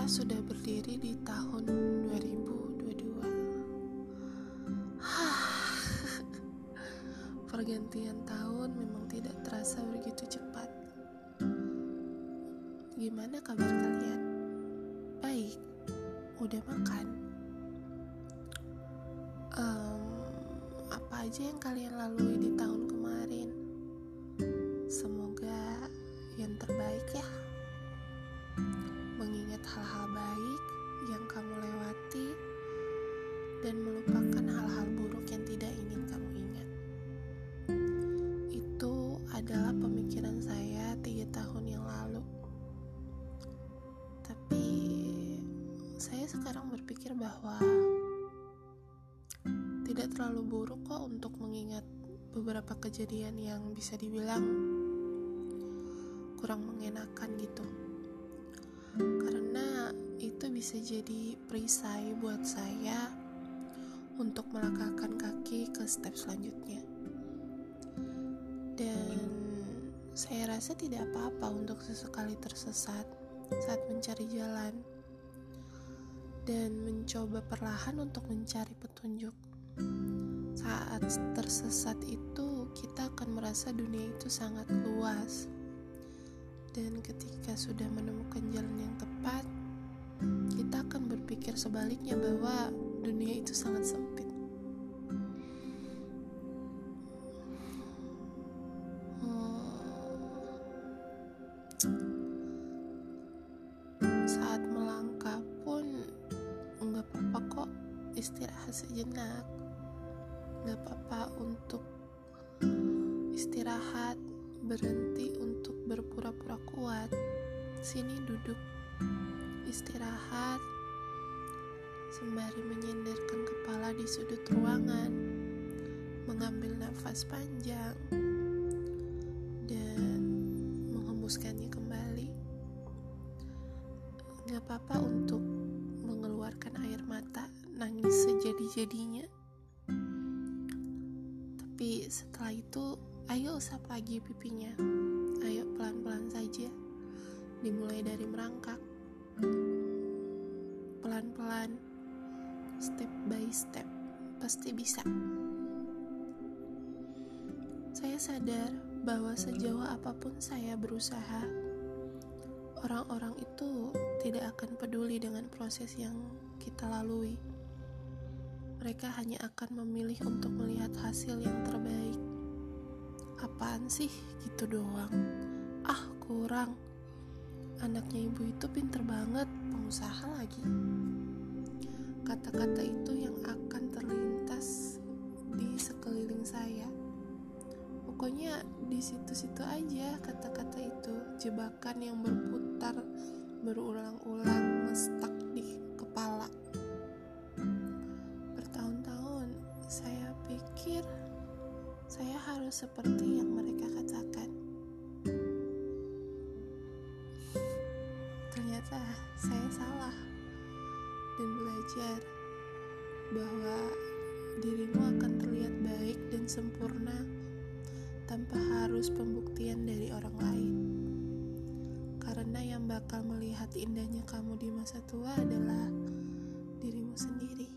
Kita sudah berdiri di tahun 2022. Pergantian tahun memang tidak terasa begitu cepat. Gimana kabar kalian? Baik? Udah makan? Apa aja yang kalian lalui di tahun kemarin? Semoga yang terbaik ya. Mengingat hal-hal baik yang kamu lewati dan melupakan hal-hal buruk yang tidak ingin kamu ingat. Itu adalah pemikiran saya 3 tahun yang lalu. Tapi saya sekarang berpikir bahwa tidak terlalu buruk kok untuk mengingat beberapa kejadian yang bisa dibilang kurang mengenakan gitu. Karena itu bisa jadi perisai buat saya untuk melangkahkan kaki ke step selanjutnya. Dan saya rasa tidak apa-apa untuk sesekali tersesat saat mencari jalan dan mencoba perlahan untuk mencari petunjuk. Saat tersesat itu kita akan merasa dunia itu sangat luas. Dan ketika sudah menemukan jalan yang tepat, kita akan berpikir sebaliknya bahwa dunia itu sangat sempit. Saat melangkah pun nggak apa-apa kok istirahat sejenak. Nggak apa-apa untuk istirahat, berhenti untuk berpura-pura kuat. Sini duduk, istirahat, sembari menyandarkan kepala di sudut ruangan, mengambil nafas panjang, dan menghembuskannya kembali. Gak apa-apa untuk mengeluarkan air mata, nangis sejadi-jadinya. Tapi setelah itu, ayo usap lagi pipinya. Ayo pelan-pelan saja. Dimulai dari merangkak. Pelan-pelan. Step by step. Pasti bisa. Saya sadar bahwa sejauh apapun saya berusaha, orang-orang itu tidak akan peduli dengan proses yang kita lalui. Mereka hanya akan memilih untuk melihat hasil yang terbaik. Apaan sih gitu doang? Kurang. Anaknya ibu itu pinter banget, pengusaha lagi. Kata-kata itu yang akan terlintas di sekeliling saya. Pokoknya di situ-situ aja kata-kata itu, jebakan yang berputar berulang-ulang mestak di kepala. Bertahun-tahun saya pikir saya harus seperti yang mereka katakan. Ternyata saya salah dan belajar bahwa dirimu akan terlihat baik dan sempurna tanpa harus pembuktian dari orang lain. Karena yang bakal melihat indahnya kamu di masa tua adalah dirimu sendiri.